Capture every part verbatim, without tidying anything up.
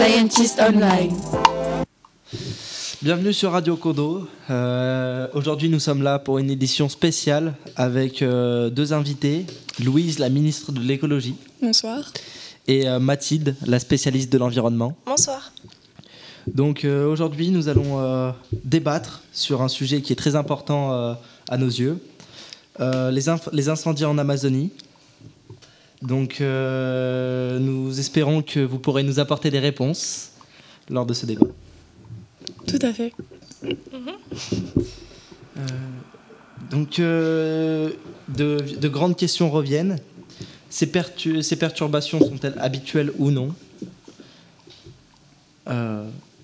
Scientist Online. Bienvenue sur Radio Kondo. Euh, aujourd'hui, nous sommes là pour une édition spéciale avec euh, deux invités. Louise, la ministre de l'écologie. Bonsoir. Et euh, Mathilde, la spécialiste de l'environnement. Bonsoir. Donc euh, aujourd'hui, nous allons euh, débattre sur un sujet qui est très important euh, à nos yeux. Euh, les, inf- les incendies en Amazonie. Donc euh, nous espérons que vous pourrez nous apporter des réponses lors de ce débat. Tout à fait. Mm-hmm. Euh, donc euh, de, de grandes questions reviennent. Ces, pertu- ces perturbations sont-elles habituelles ou non ? euh,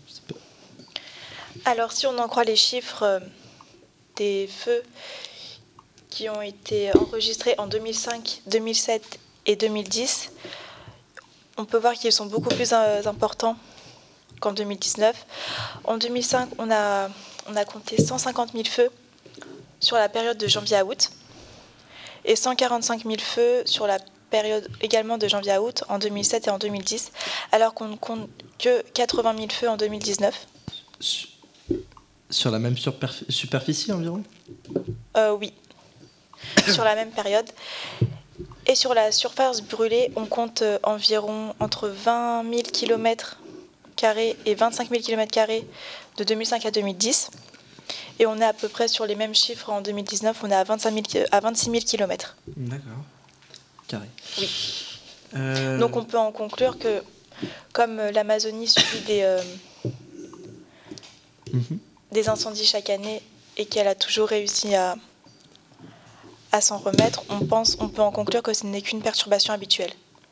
Alors, si on en croit les chiffres euh, des feux qui ont été enregistrés en deux mille cinq, deux mille sept et deux mille dix, on peut voir qu'ils sont beaucoup plus euh, importants qu'en deux mille dix-neuf. En deux mille cinq, on a, on a compté cent cinquante mille feux sur la période de janvier à août et cent quarante-cinq mille feux sur la période également de janvier à août en deux mille sept et en deux mille dix, alors qu'on ne compte que quatre-vingt mille feux en deux mille dix-neuf. Sur la même surperf- superficie environ ? Euh, oui, sur la même période. Et sur la surface brûlée, on compte euh, environ entre vingt mille kilomètres carrés et vingt-cinq mille kilomètres carrés de deux mille cinq à deux mille dix. Et on est à peu près sur les mêmes chiffres en deux mille dix-neuf, on est à, vingt-cinq mille, à vingt-six mille kilomètres. D'accord. Carré. Oui. Euh... Donc on peut en conclure que comme l'Amazonie subit des, euh, mm-hmm. des incendies chaque année et qu'elle a toujours réussi à, à s'en remettre, on, pense, on peut en conclure que ce n'est qu'une perturbation habituelle.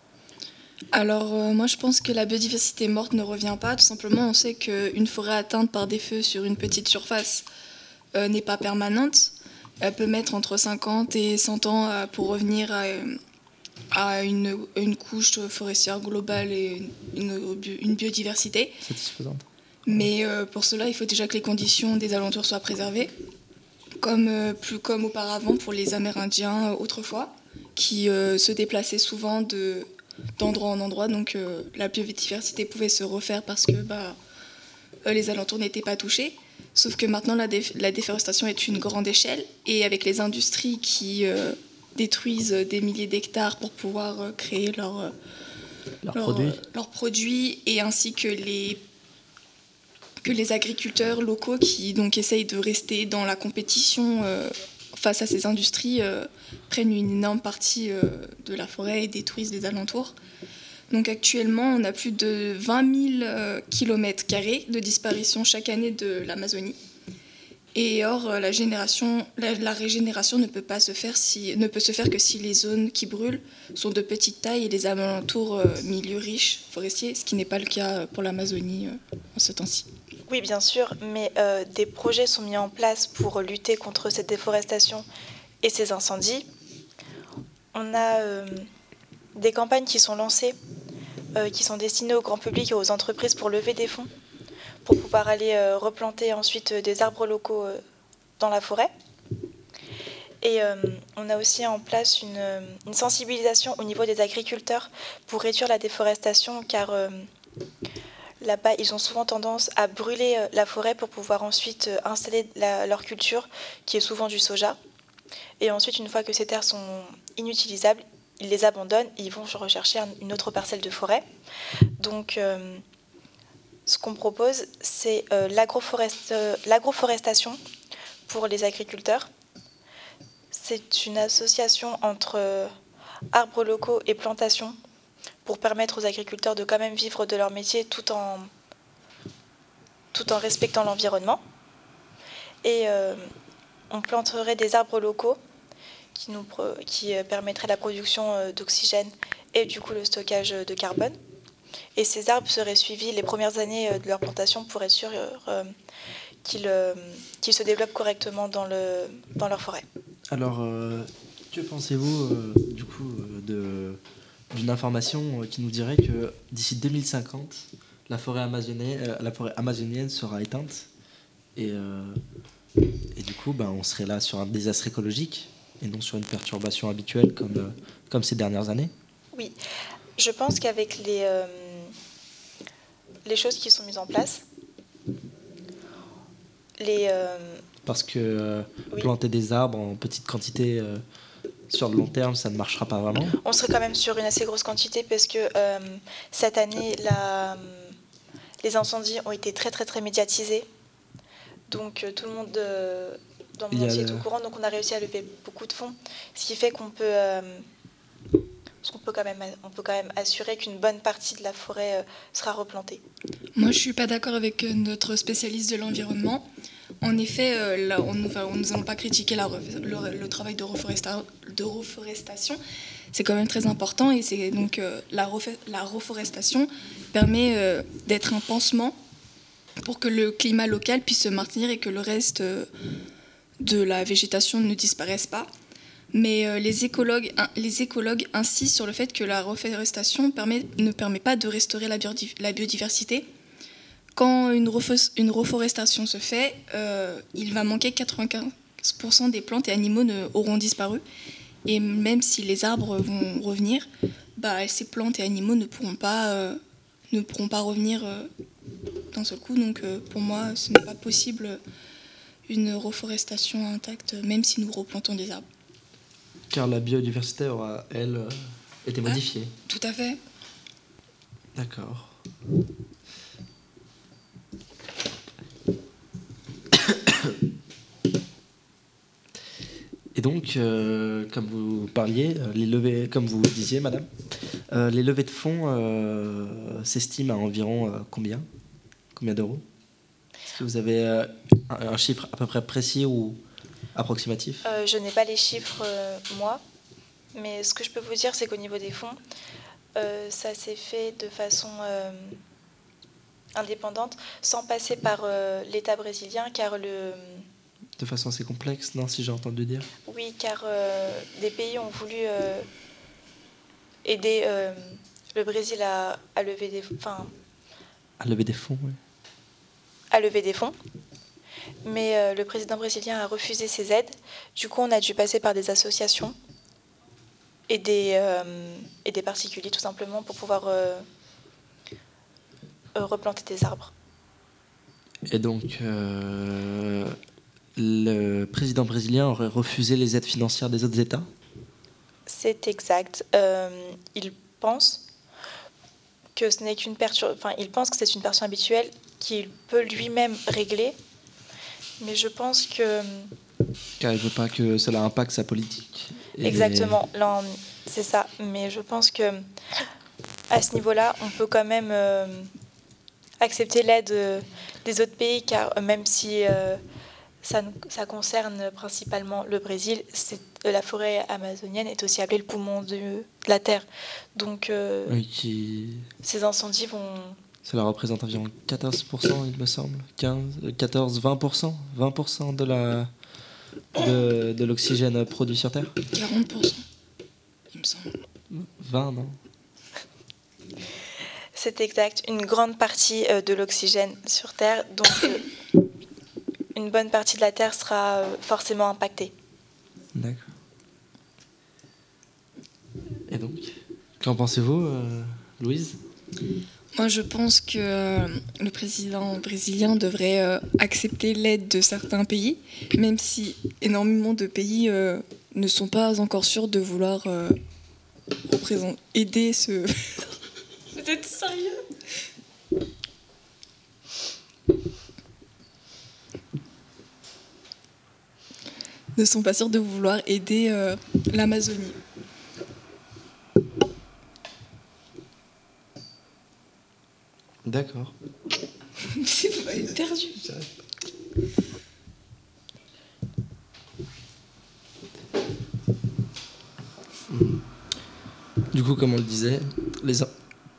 Alors euh, moi je pense que la biodiversité morte ne revient pas. Tout simplement, on sait qu'une forêt atteinte par des feux sur une petite surface euh, n'est pas permanente. Elle peut mettre entre cinquante et cent ans euh, pour revenir à, à une, une couche forestière globale et une, une, une biodiversité satisfaisante. Mais euh, pour cela, il faut déjà que les conditions des alentours soient préservées, comme, euh, plus comme auparavant pour les Amérindiens euh, autrefois, qui euh, se déplaçaient souvent de, d'endroit en endroit, donc euh, la biodiversité pouvait se refaire parce que bah, euh, les alentours n'étaient pas touchés. Sauf que maintenant, la, dé- la déforestation est une grande échelle, et avec les industries qui euh, détruisent des milliers d'hectares pour pouvoir euh, créer leurs euh, leur leur, produits. euh, leurs produits, et ainsi que les que les agriculteurs locaux qui donc essayent de rester dans la compétition euh, face à ces industries euh, prennent une énorme partie euh, de la forêt et détruisent les alentours. Donc actuellement, on a plus de vingt mille euh, kilomètres carrés de disparition chaque année de l'Amazonie. Et or, la, génération, la, la régénération ne peut, pas se faire si, ne peut se faire que si les zones qui brûlent sont de petite taille et les alentours euh, milieux riches, forestiers, ce qui n'est pas le cas pour l'Amazonie euh, en ce temps-ci. Oui, bien sûr, mais euh, des projets sont mis en place pour lutter contre cette déforestation et ces incendies. On a euh, des campagnes qui sont lancées, euh, qui sont destinées au grand public et aux entreprises pour lever des fonds, pour pouvoir aller euh, replanter ensuite euh, des arbres locaux euh, dans la forêt. Et euh, on a aussi en place une, une sensibilisation au niveau des agriculteurs pour réduire la déforestation, car euh, là-bas, ils ont souvent tendance à brûler euh, la forêt pour pouvoir ensuite euh, installer la, leur culture, qui est souvent du soja. Et ensuite, une fois que ces terres sont inutilisables, ils les abandonnent et ils vont rechercher un, une autre parcelle de forêt. Donc, euh, ce qu'on propose, c'est euh, l'agroforest, euh, l'agroforestation pour les agriculteurs. C'est une association entre euh, arbres locaux et plantations pour permettre aux agriculteurs de quand même vivre de leur métier tout en, tout en respectant l'environnement. Et euh, on planterait des arbres locaux qui, nous, qui permettraient la production d'oxygène et du coup le stockage de carbone. Et ces arbres seraient suivis les premières années de leur plantation pour être sûr euh, qu'ils, euh, qu'ils se développent correctement dans, le, dans leur forêt. Alors, euh, que pensez-vous euh, du coup euh, de... d'une information qui nous dirait que d'ici deux mille cinquante, la forêt amazonienne, euh, la forêt amazonienne sera éteinte et, euh, et du coup ben, on serait là sur un désastre écologique et non sur une perturbation habituelle comme, euh, comme ces dernières années. Oui, je pense qu'avec les, euh, les choses qui sont mises en place. Les, euh, Parce que euh, oui. planter des arbres en petite quantité euh, sur le long terme, ça ne marchera pas vraiment. On serait quand même sur une assez grosse quantité parce que euh, cette année, la, les incendies ont été très très très médiatisés. Donc euh, tout le monde euh, dans le monde entier est au courant. Donc on a réussi à lever beaucoup de fonds, ce qui fait qu'on peut, euh, qu'on peut quand même, on peut quand même assurer qu'une bonne partie de la forêt euh, sera replantée. Moi, je suis pas d'accord avec notre spécialiste de l'environnement. En effet, euh, là, on ne nous allons pas critiquer la, le, le travail de, reforesta, de reforestation. C'est quand même très important et c'est donc euh, la, refait, la reforestation permet euh, d'être un pansement pour que le climat local puisse se maintenir et que le reste euh, de la végétation ne disparaisse pas. Mais euh, les, écologues, hein, les écologues insistent sur le fait que la reforestation permet, ne permet pas de restaurer la, biodif, la biodiversité. Quand une, refo- une reforestation se fait, euh, il va manquer quatre-vingt-quinze pour cent des plantes et animaux ne, auront disparu. Et même si les arbres vont revenir, bah, ces plantes et animaux ne pourront pas, euh, ne pourront pas revenir euh, d'un seul coup. Donc euh, pour moi, ce n'est pas possible une reforestation intacte, même si nous replantons des arbres. Car la biodiversité aura, elle, euh, été modifiée. Ah, tout à fait. D'accord. Et donc, euh, comme vous parliez, les levées, comme vous disiez, madame, euh, les levées de fonds euh, s'estiment à environ euh, combien Combien d'euros? Est-ce que vous avez euh, un, un chiffre à peu près précis ou approximatif? euh, Je n'ai pas les chiffres, euh, moi, mais ce que je peux vous dire, c'est qu'au niveau des fonds, euh, ça s'est fait de façon euh, indépendante, sans passer par euh, l'État brésilien, car le... De façon assez complexe, non, si j'ai entendu dire. Oui, car euh, des pays ont voulu euh, aider euh, le Brésil à, à lever des, enfin, À lever des fonds, oui. à lever des fonds. Mais euh, le président brésilien a refusé ces aides. Du coup, on a dû passer par des associations et des, euh, et des particuliers, tout simplement, pour pouvoir euh, euh, replanter des arbres. Et donc, euh, le président brésilien aurait refusé les aides financières des autres États? C'est exact. Euh, il pense que ce n'est qu'une pertur... enfin, il pense que c'est une personne habituelle qu'il peut lui-même régler, mais je pense que Car il ne veut pas que cela impacte sa politique. Et exactement, là, on... c'est ça. Mais je pense que à ce niveau-là, on peut quand même euh, accepter l'aide euh, des autres pays, car euh, même si euh, ça, ça concerne principalement le Brésil, c'est, la forêt amazonienne est aussi appelée le poumon de, de la Terre. Donc, euh, oui, qui... ces incendies vont... Cela représente environ quatorze pour cent, il me semble. quinze, quatorze, vingt pour cent vingt pour cent de, la, de, de l'oxygène produit sur Terre. quarante pour cent, il me semble. vingt, non? C'est exact. Une grande partie euh, de l'oxygène sur Terre. Donc, euh, une bonne partie de la Terre sera euh, forcément impactée. D'accord. Et donc, qu'en pensez-vous, euh, Louise? Moi, je pense que euh, le président brésilien devrait euh, accepter l'aide de certains pays, même si énormément de pays euh, ne sont pas encore sûrs de vouloir euh, représenter, aider ce... Vous êtes sérieux? Ne sont pas sûrs de vouloir aider euh, l'Amazonie. D'accord. C'est pas perdu. Du coup, comme on le disait, les, in-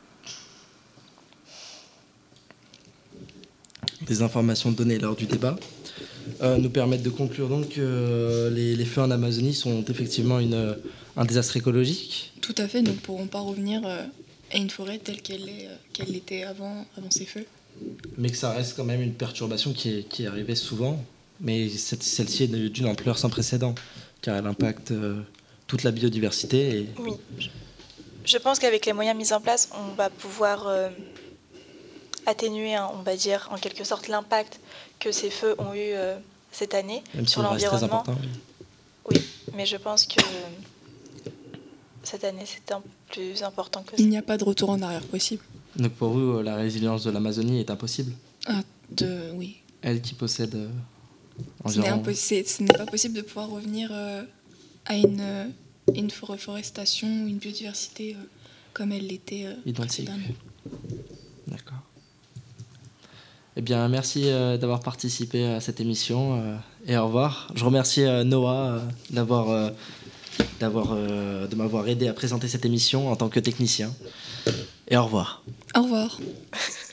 les informations données lors du débat euh, nous permettent de conclure donc que euh, les, les feux en Amazonie sont effectivement une, un désastre écologique. Tout à fait, nous ne pourrons pas revenir euh, à une forêt telle qu'elle est, euh, qu'elle l'était avant, avant ces feux. Mais que ça reste quand même une perturbation qui est, qui est arrivée souvent, mais cette, celle-ci est d'une ampleur sans précédent, car elle impacte euh, toute la biodiversité. Et... Oui. Je pense qu'avec les moyens mis en place, on va pouvoir euh, atténuer, hein, on va dire, en quelque sorte, l'impact que ces feux ont eu euh, cette année Même sur s'il reste très l'environnement. important. Oui, mais je pense que cette année, c'est un peu plus important que ça. Il n'y a pas de retour en arrière possible. Donc pour vous, la résilience de l'Amazonie est impossible. Ah, de, oui. Elle qui possède euh, Ce n'est, environ... impo- c'est- ce n'est pas possible de pouvoir revenir euh, à une, euh, une reforestation ou une biodiversité euh, comme elle l'était euh, Identique. précédemment. D'accord. Eh bien, merci euh, d'avoir participé à cette émission euh, et au revoir. Je remercie euh, Noah euh, d'avoir, euh, d'avoir, euh, de m'avoir aidé à présenter cette émission en tant que technicien. Et au revoir. Au revoir.